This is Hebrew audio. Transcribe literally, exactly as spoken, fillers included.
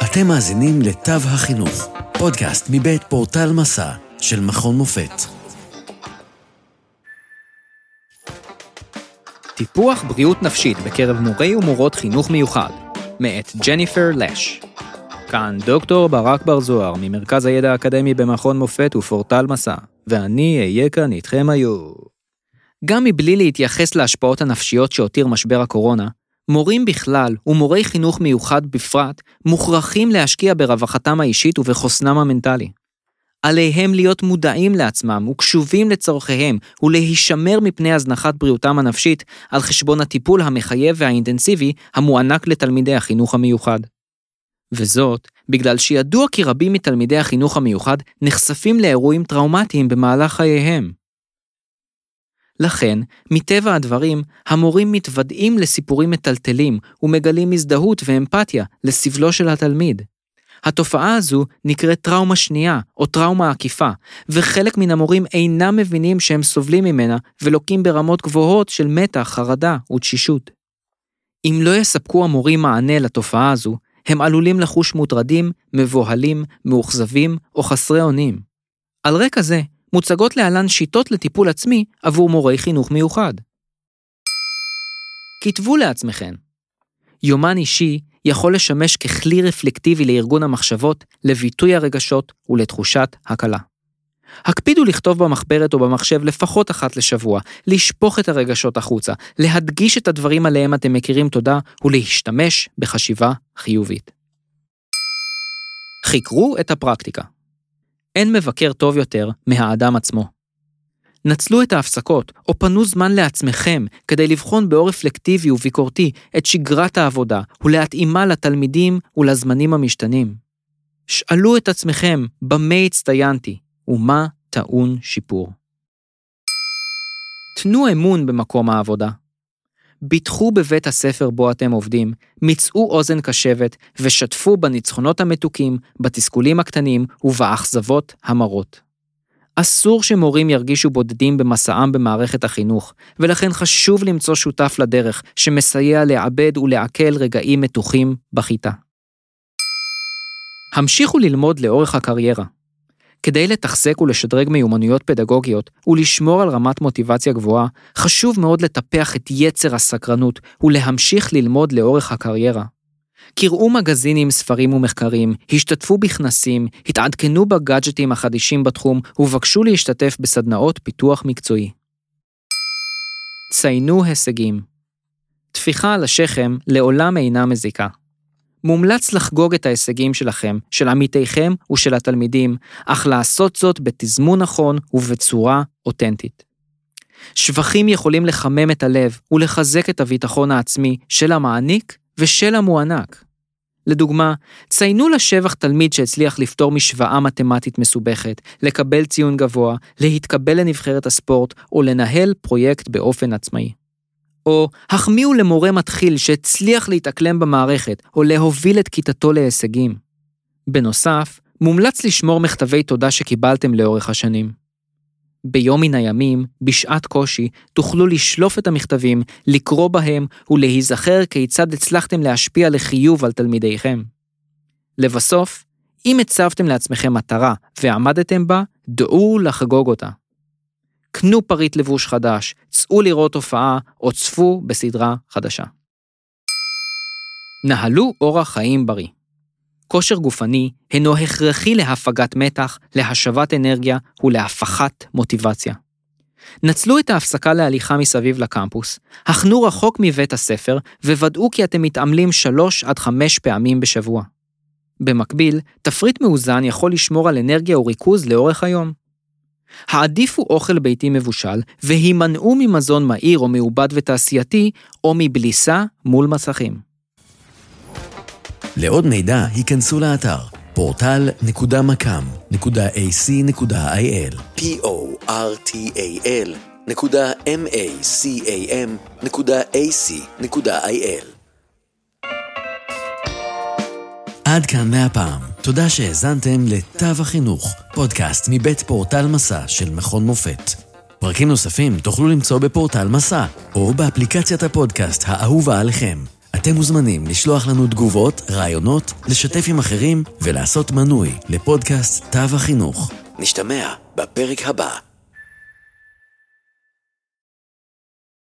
אתם מאזינים לתו החינוך, פודקאסט מבית פורטל מסע של מכון מופת. טיפוח בריאות נפשית בקרב מורי ומורות חינוך מיוחד, מאת ג'ניפר לש. כאן דוקטור ברק בר זוהר ממרכז הידע האקדמי במכון מופת ופורטל מסע, ואני אהיה כאן איתכם היום. גם מבלי להתייחס להשפעות הנפשיות שהותיר משבר הקורונה, מורים בכלל ומורי חינוך מיוחד בפרט מוכרחים להשקיע ברווחתם האישית ובחוסנם המנטלי. עליהם להיות מודעים לעצמם וקשובים לצורכיהם ולהישמר מפני הזנחת בריאותם הנפשית על חשבון הטיפול המחייב והאינטנסיבי המוענק לתלמידי החינוך המיוחד. וזאת בגלל שידוע כי רבים מתלמידי החינוך המיוחד נחשפים לאירועים טראומטיים במהלך חייהם. לכן, מטבע הדברים, המורים מתוודעים לסיפורים מטלטלים ומגלים הזדהות ואמפתיה לסבלו של התלמיד. התופעה הזו נקראת טראומה שנייה או טראומה עקיפה, וחלק מן המורים אינם מבינים שהם סובלים ממנה ולוקים ברמות גבוהות של מתח, חרדה ותשישות. אם לא יספקו המורים מענה לתופעה הזו, הם עלולים לחוש מוטרדים, מבוהלים, מאוכזבים או חסרי אונים. על רקע זה, מוצגות להלן שיטות לטיפול עצמי עבור מורי חינוך מיוחד. כתבו לעצמכם. יומן אישי יכול לשמש ככלי רפלקטיבי לארגון המחשבות, לביטוי הרגשות ולתחושת הקלה. הקפידו לכתוב במחברת או במחשב לפחות אחת לשבוע, לשפוך את הרגשות החוצה, להדגיש את הדברים עליהם אתם מכירים תודה ולהשתמש בחשיבה חיובית. חקרו את הפרקטיקה. אין מבקר טוב יותר מהאדם עצמו. נצלו את ההפסקות או פנו זמן לעצמכם כדי לבחון באור רפלקטיבי וביקורתי את שגרת העבודה ולהתאימה לתלמידים ולזמנים המשתנים. שאלו את עצמכם במה הצטיינתי ומה טעון שיפור. תנו אמון במקום העבודה. ביטחו בבית הספר בו אתם עובדים, מצאו אוזן קשבת ושתפו בניצחונות המתוקים, בתסכולים הקטנים ובאכזבות המרות. אסור שמורים ירגישו בודדים במסעם במערכת החינוך, ולכן חשוב למצוא שותף לדרך שמסייע לעבד ולעכל רגעים מתוחים בכיתה. המשיכו ללמוד לאורך הקריירה. כדי לתחזק ולשדרג מיומנויות פדגוגיות ולשמור על רמת מוטיבציה גבוהה, חשוב מאוד לטפח את יצר הסקרנות ולהמשיך ללמוד לאורך הקריירה. קראו מגזינים, ספרים ומחקרים, השתתפו בכנסים, התעדכנו בגאדג'טים החדישים בתחום ובקשו להשתתף בסדנאות פיתוח מקצועי. ציינו הישגים. תפיחה על השכם לעולם אינה מזיקה. מומלץ לחגוג את ההישגים שלכם, של עמיתיכם ושל התלמידים, אך לעשות זאת בתזמון נכון ובצורה אותנטית. שבחים יכולים לחמם את הלב ולחזק את הביטחון העצמי של המעניק ושל המוענק. לדוגמה, ציינו לשבח תלמיד שהצליח לפתור משוואה מתמטית מסובכת, לקבל ציון גבוה, להתקבל לנבחרת הספורט או לנהל פרויקט באופן עצמאי. או החמיאו למורה מתחיל שהצליח להתאקלם במערכת או להוביל את כיתתו להישגים. בנוסף, מומלץ לשמור מכתבי תודה שקיבלתם לאורך השנים. ביום מן הימים, בשעת קושי, תוכלו לשלוף את המכתבים, לקרוא בהם ולהיזכר כיצד הצלחתם להשפיע לחיוב על תלמידיכם. לבסוף, אם הצבתם לעצמכם מטרה ועמדתם בה, דעו לחגוג אותה. קנו פריט לבוש חדש, צאו לראות הופעה או צפו בסדרה חדשה. נהלו אורח חיים בריא. כושר גופני הינו הכרחי להפגת מתח, להשבת אנרגיה ולהפחת מוטיבציה. נצלו את ההפסקה להליכה מסביב לקמפוס, הכנו רחוק מבית הספר וודאו כי אתם מתעמלים שלוש עד חמש פעמים בשבוע. במקביל, תפריט מאוזן יכול לשמור על אנרגיה וריכוז לאורך היום. העדיפו אוכל ביתי מבושל והימנעו ממזון מהיר או מעובד ותעשייתי או מבליסה מול מסכים. לעוד מידע היכנסו לאתר פורטל נקודה מקאם נקודה איי סי נקודה איי אל פי או אר טי איי אל נקודה אם איי סי איי אם נקודה איי סי נקודה איי אל. עד כאן מהפעם. תודה שהאזנתם לתו החינוך, פודקאסט מבית פורטל מסע של מכון מופת. פרקים נוספים תוכלו למצוא בפורטל מסע או באפליקציית הפודקאסט האהובה עליכם. אתם מוזמנים לשלוח לנו תגובות, רעיונות, לשתף עם אחרים ולעשות מנוי לפודקאסט תו החינוך. נשתמע בפרק הבא.